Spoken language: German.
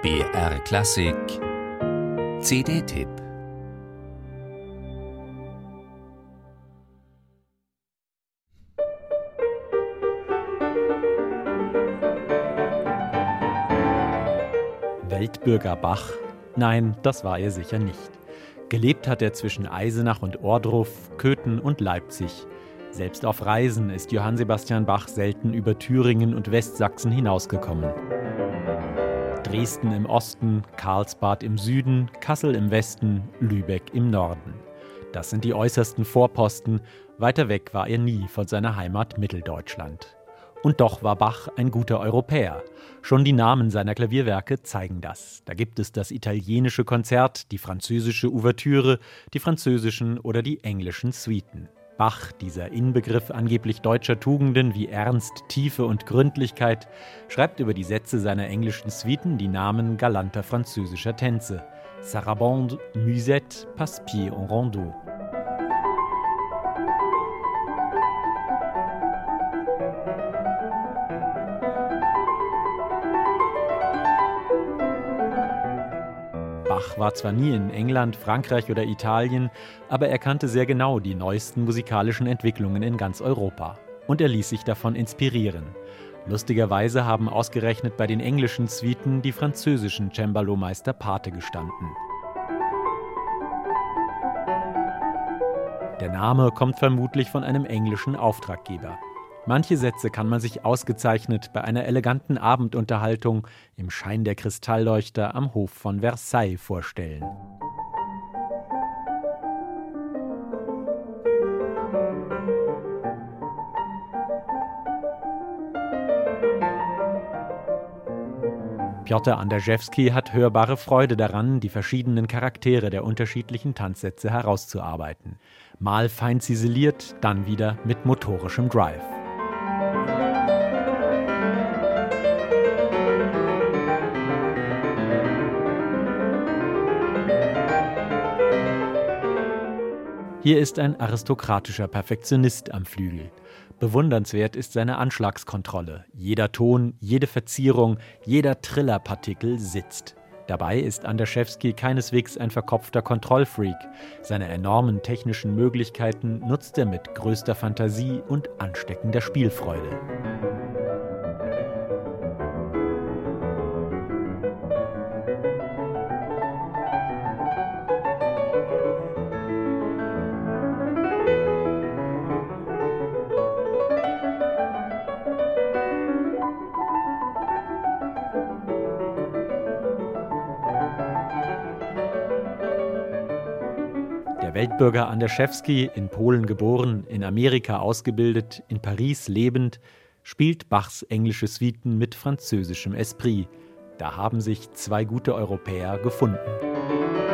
BR Klassik CD-Tipp. Weltbürger Bach? Nein, das war er sicher nicht. Gelebt hat er zwischen Eisenach und Ohrdruf, Köthen und Leipzig. Selbst auf Reisen ist Johann Sebastian Bach selten über Thüringen und Westsachsen hinausgekommen. Dresden im Osten, Karlsbad im Süden, Kassel im Westen, Lübeck im Norden. Das sind die äußersten Vorposten. Weiter weg war er nie von seiner Heimat Mitteldeutschland. Und doch war Bach ein guter Europäer. Schon die Namen seiner Klavierwerke zeigen das. Da gibt es das italienische Konzert, die französische Ouvertüre, die französischen oder die englischen Suiten. Bach, dieser Inbegriff angeblich deutscher Tugenden wie Ernst, Tiefe und Gründlichkeit, schreibt über die Sätze seiner englischen Suiten die Namen galanter französischer Tänze. Sarabande, Musette, Passe-Pied en Rondeau. Bach war zwar nie in England, Frankreich oder Italien, aber er kannte sehr genau die neuesten musikalischen Entwicklungen in ganz Europa. Und er ließ sich davon inspirieren. Lustigerweise haben ausgerechnet bei den englischen Suiten die französischen Cembalo-Meister Pate gestanden. Der Name kommt vermutlich von einem englischen Auftraggeber. Manche Sätze kann man sich ausgezeichnet bei einer eleganten Abendunterhaltung im Schein der Kristallleuchter am Hof von Versailles vorstellen. Piotr Anderszewski hat hörbare Freude daran, die verschiedenen Charaktere der unterschiedlichen Tanzsätze herauszuarbeiten. Mal fein ziseliert, dann wieder mit motorischem Drive. Hier ist ein aristokratischer Perfektionist am Flügel. Bewundernswert ist seine Anschlagskontrolle. Jeder Ton, jede Verzierung, jeder Trillerpartikel sitzt. Dabei ist Anderszewski keineswegs ein verkopfter Kontrollfreak. Seine enormen technischen Möglichkeiten nutzt er mit größter Fantasie und ansteckender Spielfreude. Der Weltbürger Anderszewski, in Polen geboren, in Amerika ausgebildet, in Paris lebend, spielt Bachs englische Suiten mit französischem Esprit. Da haben sich zwei gute Europäer gefunden.